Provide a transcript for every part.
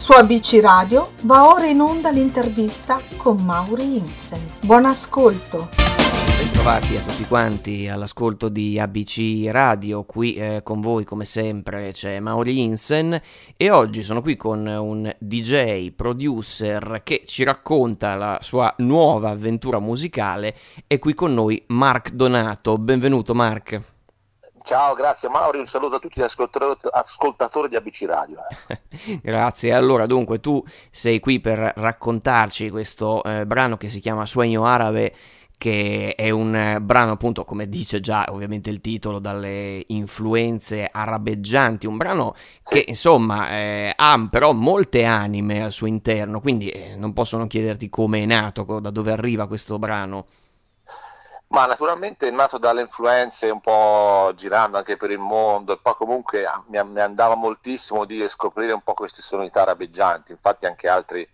Su ABC Radio va ora in onda l'intervista con Mauri Insen. Buon ascolto. Bentrovati a tutti quanti all'ascolto di ABC Radio, qui con voi come sempre c'è Mauri Insen e oggi sono qui con un DJ, producer che ci racconta la sua nuova avventura musicale. È qui con noi Mark Donato. Benvenuto Mark. Ciao, grazie Mauri, un saluto a tutti gli ascoltatori di ABC Radio. Grazie. Allora, dunque, tu sei qui per raccontarci questo brano che si chiama Sueño Árabe, che è un brano, appunto, come dice già ovviamente il titolo, dalle influenze arabeggianti, un brano che insomma ha però molte anime al suo interno, quindi non posso non chiederti come è nato, da dove arriva questo brano. Ma naturalmente è nato dalle influenze un po' girando anche per il mondo e poi comunque mi andava moltissimo di scoprire un po' queste sonorità arabeggianti, infatti anche altri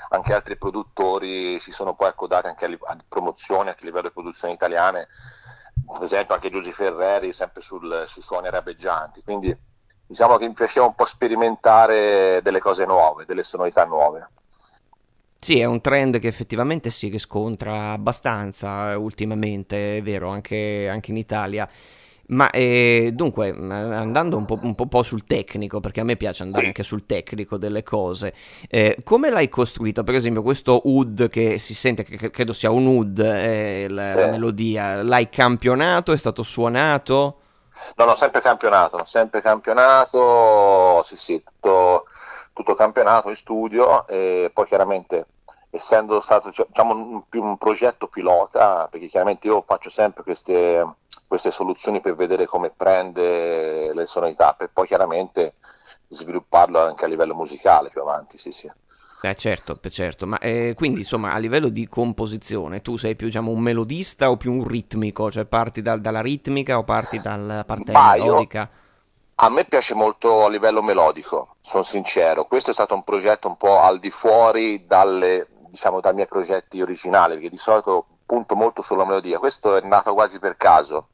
produttori si sono poi accodati anche a promozioni, anche a livello di produzioni italiane, per esempio anche Giusy Ferreri sempre sui suoni arabeggianti, quindi diciamo che mi piaceva un po' sperimentare delle cose nuove, delle sonorità nuove. Sì, è un trend che effettivamente si riscontra abbastanza ultimamente, è vero, anche in Italia. Ma dunque, andando un po' sul tecnico, perché a me piace andare Sì. anche sul tecnico delle cose, come l'hai costruito? Per esempio, questo oud che si sente, che credo sia un oud, la Sì. melodia, l'hai campionato? È stato suonato? No, no, sempre campionato, sì, tutto campionato in studio e poi chiaramente essendo stato diciamo, un progetto pilota, perché chiaramente io faccio sempre queste soluzioni per vedere come prende le sonorità, per poi chiaramente svilupparlo anche a livello musicale più avanti, sì, sì. Certo, ma quindi insomma a livello di composizione tu sei più diciamo un melodista o più un ritmico, cioè parti dalla ritmica o parti dalla parte Ma io melodica? A me piace molto a livello melodico, sono sincero. Questo è stato un progetto un po' al di fuori diciamo, dai miei progetti originali, perché di solito punto molto sulla melodia. Questo è nato quasi per caso,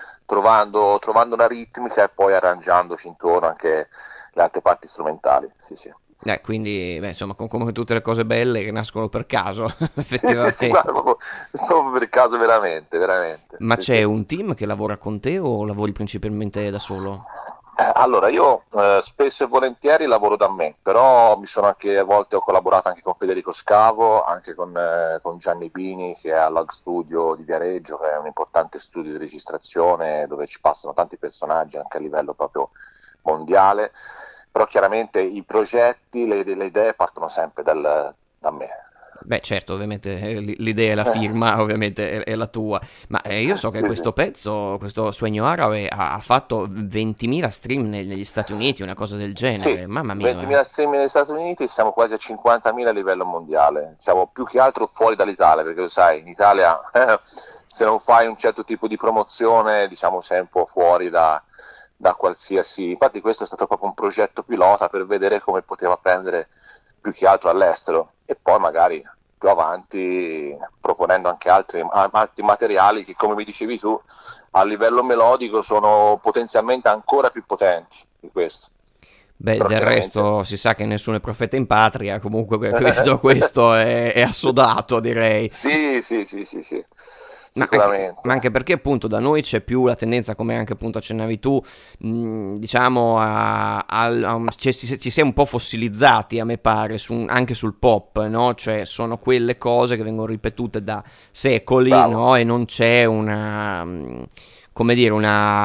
trovando una ritmica e poi arrangiandoci intorno anche le altre parti strumentali. Sì, sì. Quindi beh, insomma come tutte le cose belle che nascono per caso, Sì, sì, sì, guarda, effettivamente. proprio per caso, veramente, veramente. Ma Sì, c'è sì. un team che lavora con te o lavori principalmente da solo? Allora, io spesso e volentieri lavoro da me, però mi sono anche, a volte ho collaborato anche con Federico Scavo, anche con Gianni Bini che è al Log Studio di Viareggio, che è un importante studio di registrazione dove ci passano tanti personaggi anche a livello proprio mondiale, però chiaramente i progetti, le idee partono sempre da me. Beh, certo, ovviamente l'idea e la firma ovviamente è la tua, ma io so che Sì, sì. questo pezzo, questo Sueño Árabe, ha fatto 20.000 stream negli Stati Uniti, una cosa del Sì, genere, mamma mia. 20.000 stream negli Stati Uniti, siamo quasi a 50.000 a livello mondiale, siamo più che altro fuori dall'Italia, perché lo sai, in Italia se non fai un certo tipo di promozione, diciamo sei un po' fuori da qualsiasi. Infatti questo è stato proprio un progetto pilota per vedere come poteva prendere più che altro all'estero e poi magari più avanti proponendo anche altri materiali che come mi dicevi tu a livello melodico sono potenzialmente ancora più potenti di questo. Beh, Però del chiaramente resto si sa che nessuno è profeta in patria, comunque questo è assodato, direi. sì, sì, sì, sì, sì, Ma sicuramente. anche perché appunto da noi c'è più la tendenza, come anche appunto accennavi tu, diciamo ci si è un po' fossilizzati a me pare, anche sul pop, no? Cioè sono quelle cose che vengono ripetute da secoli, Bravo. no? E non c'è come dire,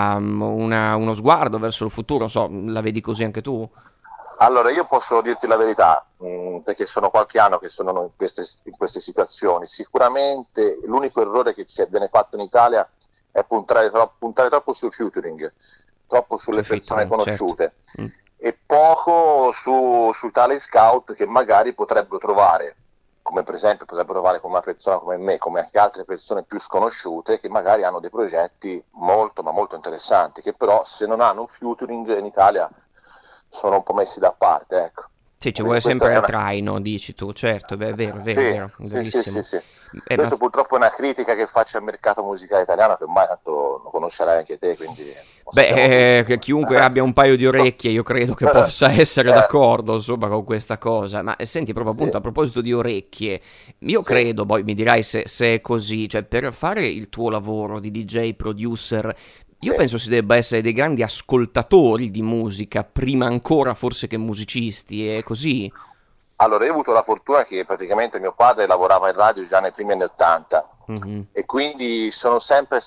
uno sguardo verso il futuro, non so, la vedi così anche tu? Allora, io posso dirti la verità, perché sono qualche anno che sono in queste situazioni. Sicuramente l'unico errore che viene fatto in Italia è puntare troppo sul featuring, troppo sulle Sui persone featuring, certo. conosciute Mm. e poco su tali scout che magari potrebbero trovare, come per esempio potrebbero trovare come una persona come me, come anche altre persone più sconosciute che magari hanno dei progetti molto ma molto interessanti, che però se non hanno un featuring in Italia sono un po' messi da parte, ecco. Sì, ci Quindi vuole questo sempre è il una. traino, dici tu, certo, beh, è vero, Sì, sì, sì, sì, verissimo. sì. Ma Questo purtroppo è una critica che faccio al mercato musicale italiano, che ormai tanto lo conoscerai anche te, quindi lo sappiamo tutti. chiunque abbia un paio di orecchie, io credo che possa essere d'accordo, insomma, con questa cosa. Ma senti, proprio Sì, appunto a proposito di orecchie, io sì, credo, poi mi dirai se è così, cioè per fare il tuo lavoro di DJ producer, io sì. penso si debba essere dei grandi ascoltatori di musica, prima ancora forse che musicisti, è così? Allora, io ho avuto la fortuna che praticamente mio padre lavorava in radio già nei primi anni '80 Mhm. e quindi sono sempre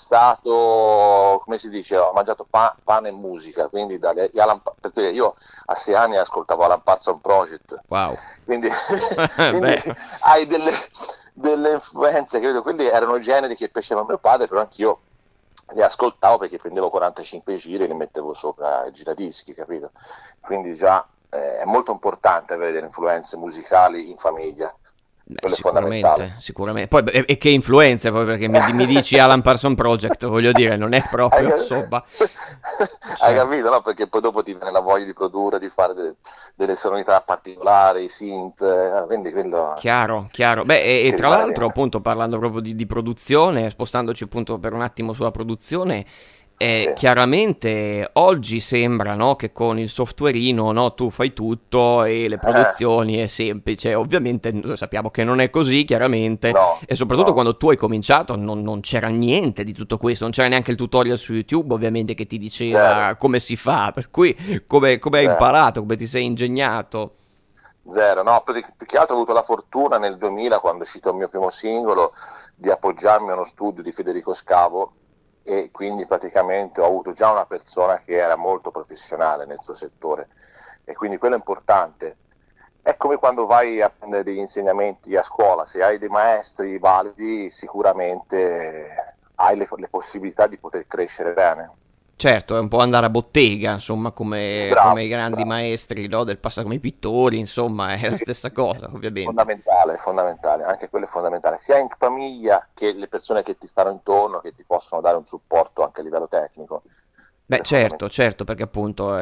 stato, come si dice, ho mangiato pane e musica, quindi perché io a 6 anni ascoltavo Alan Parsons Project, Wow. quindi, quindi Beh, hai delle influenze, credo, quelli erano generi che piacevano a mio padre, però anch'io li ascoltavo perché prendevo 45 giri e li mettevo sopra i giradischi, capito? Quindi già è molto importante avere delle influenze musicali in famiglia, beh, quello è fondamentale. sicuramente, sicuramente. Poi, e che influenze, poi perché mi dici Alan Parson Project, voglio dire, non è Hai, proprio, cap- insomma, Hai cioè, capito, no? Perché poi dopo ti viene la voglia di produrre, di fare delle sonorità particolari, i synth, quindi quello chiaro, chiaro. Beh, e ti tra rimane l'altro, dentro. appunto, parlando proprio di produzione, spostandoci appunto per un attimo sulla produzione, Sì, chiaramente oggi sembra, no, che con il softwareino, no, tu fai tutto e le produzioni è semplice. Ovviamente noi sappiamo che non è così, chiaramente, no, e soprattutto no, quando tu hai cominciato non c'era niente di tutto questo, non c'era neanche il tutorial su YouTube, ovviamente, che ti zero, diceva come si fa, per cui come hai zero. imparato, come ti sei ingegnato. Zero, no, più che altro ho avuto la fortuna nel 2000, quando è uscito il mio primo singolo, di appoggiarmi a uno studio di Federico Scavo e quindi praticamente ho avuto già una persona che era molto professionale nel suo settore e quindi quello è importante. È come quando vai a prendere degli insegnamenti a scuola, se hai dei maestri validi sicuramente hai le possibilità di poter crescere bene. Certo, è un po' andare a bottega, insomma, come Bravo, i grandi bravo. maestri, no, del passato, come i pittori, insomma, è la Sì, stessa cosa, ovviamente. fondamentale, fondamentale, anche quello è fondamentale, sia in famiglia che le persone che ti stanno intorno, che ti possono dare un supporto anche a livello tecnico, Beh, quello è certo, fondamentale. certo, perché appunto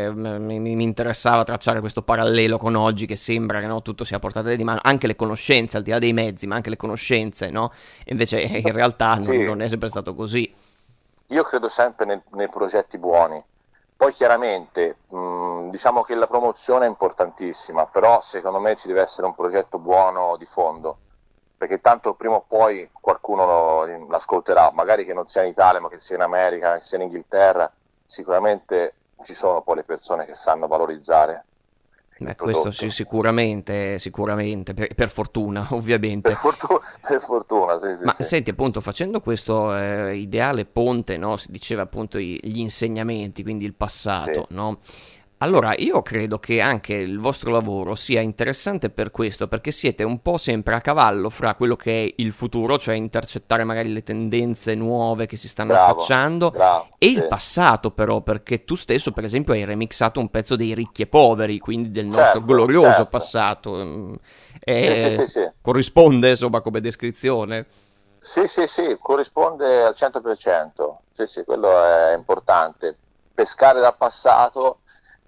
mi interessava tracciare questo parallelo con oggi che sembra che no, tutto sia a portata di mano, anche le conoscenze, al di là dei mezzi, ma anche le conoscenze, no? E invece in realtà Sì, non è sempre stato così. io credo sempre nei progetti buoni. Poi chiaramente diciamo che la promozione è importantissima, però secondo me ci deve essere un progetto buono di fondo, perché tanto prima o poi qualcuno l'ascolterà, magari che non sia in Italia, ma che sia in America, che sia in Inghilterra, sicuramente ci sono poi le persone che sanno valorizzare il Beh, questo sì, prodotto. sicuramente, sicuramente, per fortuna, Per ovviamente. fortuna, per fortuna, sì, sì, Ma sì. senti, appunto, facendo questo ideale ponte, no? Si diceva appunto gli insegnamenti, quindi il Sì, passato, no? sì, Allora, io credo che anche il vostro lavoro sia interessante per questo, perché siete un po' sempre a cavallo fra quello che è il futuro, cioè intercettare magari le tendenze nuove che si stanno bravo, affacciando, bravo, e sì. il passato però, perché tu stesso, per esempio, hai remixato un pezzo dei ricchi e poveri, quindi del nostro Certo, glorioso certo. passato. Sì, sì, sì, E sì. corrisponde, insomma, come descrizione. Sì, sì, sì, corrisponde al 100%. Sì, sì, quello è importante. Pescare dal passato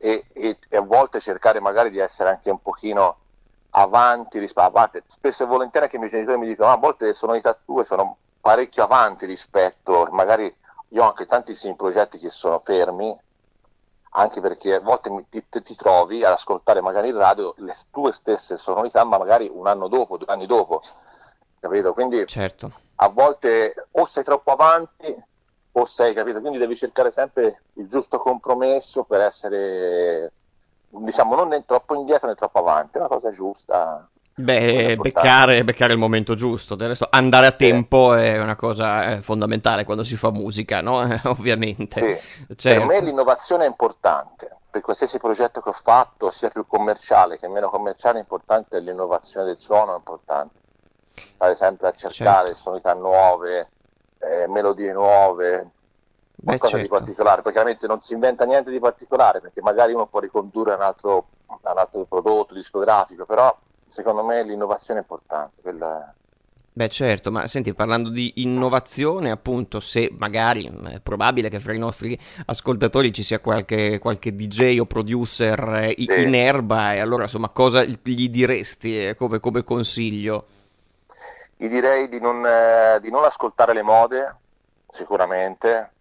e a volte cercare magari di essere anche un pochino avanti rispetto a parte. Spesso e volentieri che i miei genitori mi dicono: "Ah, a volte le sonorità tue sono parecchio avanti rispetto, magari io ho anche tantissimi progetti che sono fermi, anche perché a volte ti trovi ad ascoltare magari in radio le tue stesse sonorità, ma magari un anno dopo, 2 anni dopo, capito? Quindi Certo. a volte o sei troppo avanti o sei, capito? Quindi devi cercare sempre il giusto compromesso per essere, diciamo, non né troppo indietro né troppo avanti, è una cosa giusta, quello è Beh, importante. beccare il momento giusto. Del resto, andare a Sì, tempo è una cosa fondamentale quando si fa musica, no? Ovviamente. sì. Per me Certo, l'innovazione è importante, per qualsiasi progetto che ho fatto, sia più commerciale che meno commerciale, è importante l'innovazione del suono, è importante. Stare sempre a cercare certo. sonorità nuove, melodie nuove, Beh, qualcosa di certo. particolare. Poi chiaramente non si inventa niente di particolare, perché magari uno può ricondurre a un altro prodotto discografico, però secondo me l'innovazione è importante. Beh, certo, ma senti, parlando di innovazione, appunto, se magari è probabile che fra i nostri ascoltatori ci sia qualche DJ o producer Sì. in erba, e allora insomma, cosa gli diresti come consiglio? Gli direi di non ascoltare le mode, sicuramente,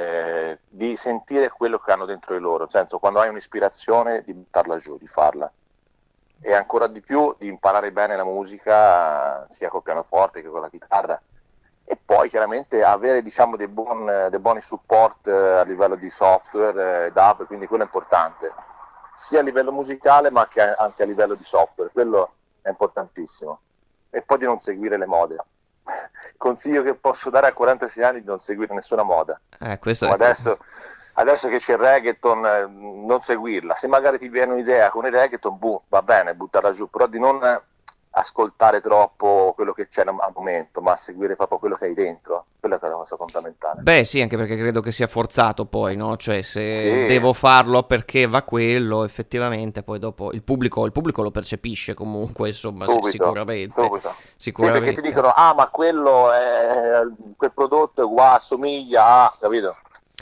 di sentire quello che hanno dentro di loro, nel senso, quando hai un'ispirazione di buttarla giù, di farla, e ancora di più di imparare bene la musica, sia col pianoforte che con la chitarra, e poi chiaramente avere, diciamo, dei buoni support a livello di software, DAW, quindi quello è importante, sia a livello musicale ma anche a livello di software, quello è importantissimo. E poi di non seguire le mode. Consiglio che posso dare a 46 anni di non seguire nessuna moda. Questo è... Adesso che c'è il reggaeton, non seguirla. Se magari ti viene un'idea con il reggaeton, va bene, buttarla giù, però di non ascoltare troppo quello che c'è al momento, ma seguire proprio quello che hai dentro. Quella è la cosa fondamentale. Beh sì, anche perché credo che sia forzato poi, no? Cioè se Sì. devo farlo perché va quello, effettivamente poi dopo il pubblico lo percepisce comunque, insomma, sicuramente. Subito. Sicuramente. Sì, perché ti dicono, ma quello è, quel prodotto è uguale, assomiglia a, capito?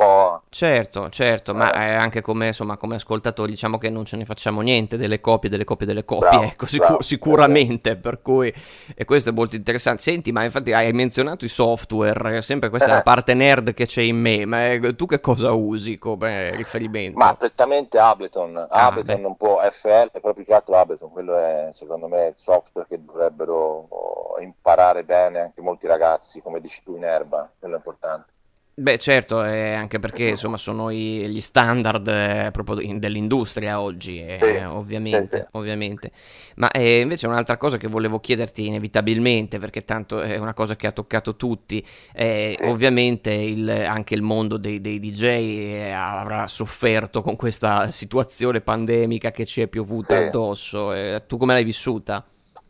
Certo, ma anche come ascoltatori diciamo che non ce ne facciamo niente delle copie, bravo, ecco, sicuramente, per cui e questo è molto interessante. Senti, ma infatti hai menzionato i software, sempre questa è la parte nerd che c'è in me, ma tu che cosa usi come riferimento? Ma prettamente Ableton, un po' FL, proprio che altro Ableton, quello è secondo me il software che dovrebbero imparare bene anche molti ragazzi, come dici tu in erba, quello è importante. Beh, certo, anche perché insomma sono gli standard proprio dell'industria oggi, Sì, ovviamente, sì. ovviamente. Ma invece un'altra cosa che volevo chiederti inevitabilmente, perché tanto è una cosa che ha toccato tutti, Sì. ovviamente anche il mondo dei DJ avrà sofferto con questa situazione pandemica che ci è piovuta Sì. addosso. Tu come l'hai vissuta?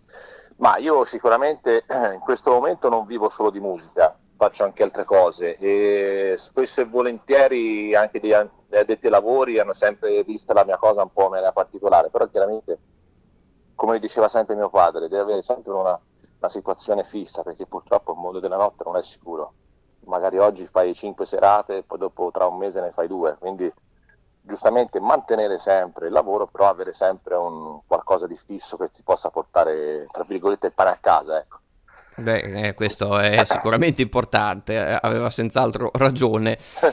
Ma io sicuramente in questo momento non vivo solo di musica, faccio anche altre cose e spesso e volentieri anche gli addetti ai lavori hanno sempre visto la mia cosa un po' in maniera particolare, però chiaramente, come diceva sempre mio padre, deve avere sempre una situazione fissa, perché purtroppo il mondo della notte non è sicuro. Magari oggi fai 5 serate, poi dopo tra un mese ne fai 2, quindi giustamente mantenere sempre il lavoro, però avere sempre un qualcosa di fisso che ti possa portare, tra virgolette, il pane a casa, ecco. Beh, questo è sicuramente importante, aveva senz'altro ragione.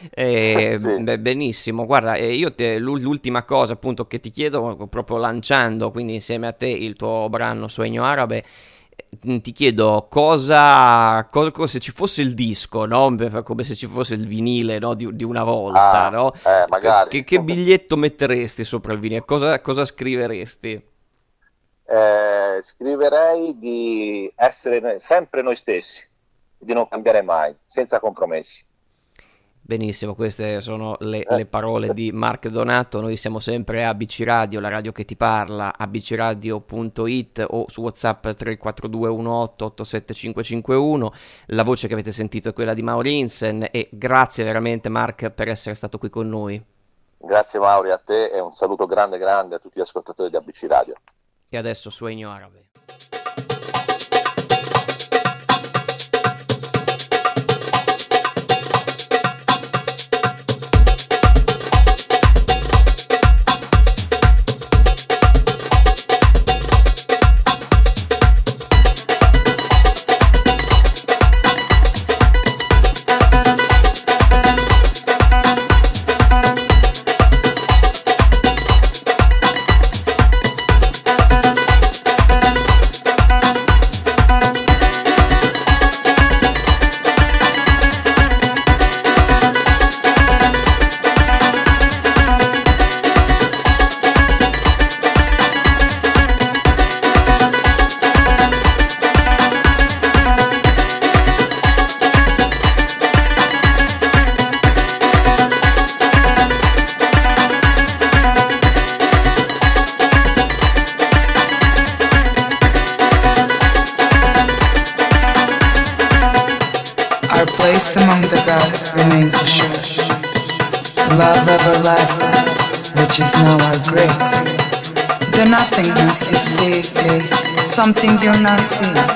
Sì. Benissimo, guarda, io l'ultima cosa appunto che ti chiedo, proprio lanciando quindi insieme a te il tuo brano Sueño Árabe, ti chiedo cosa se ci fosse il disco, no? Come se ci fosse il vinile, no? di una volta, no? Magari. Che biglietto metteresti sopra il vinile? Cosa scriveresti? Scriverei di essere sempre noi stessi, di non cambiare mai, senza compromessi. Benissimo, queste sono le parole di Mark Donato. Noi siamo sempre ABC Radio, la radio che ti parla, abcradio.it o su WhatsApp 34218875551. La voce che avete sentito è quella di Mauri Insen e grazie veramente Mark per essere stato qui con noi. Grazie Mauri, a te e un saluto grande a tutti gli ascoltatori di ABC Radio. E adesso Sueño Árabe. Among the gods remains assured. Love everlasting, which is now our grace. The nothingness you see is something you're not seeing.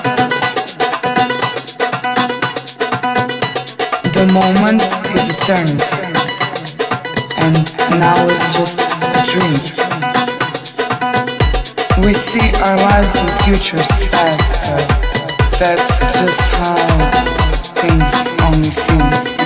The moment is eternity, and now is just a dream. We see our lives and futures past, That's just how things only seem.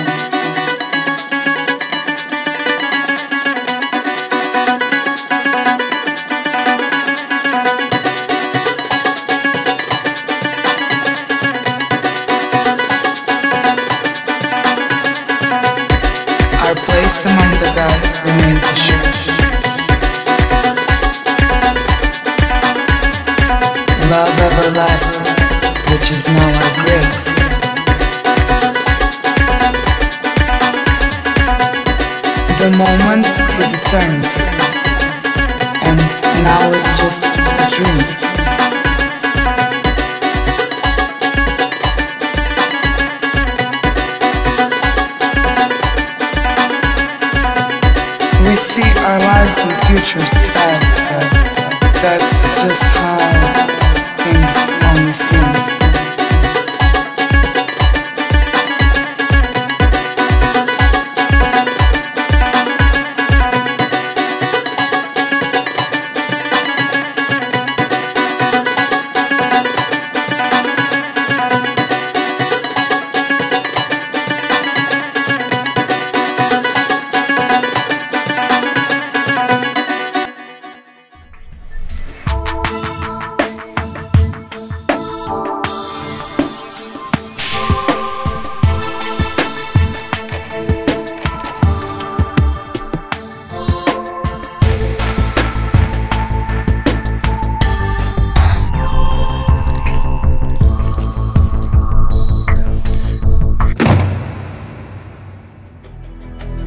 Our place among the gods remains assured. Love everlasting, which is now our grace. The moment is eternity, and now is just a dream. We see our lives and futures past, but that's just how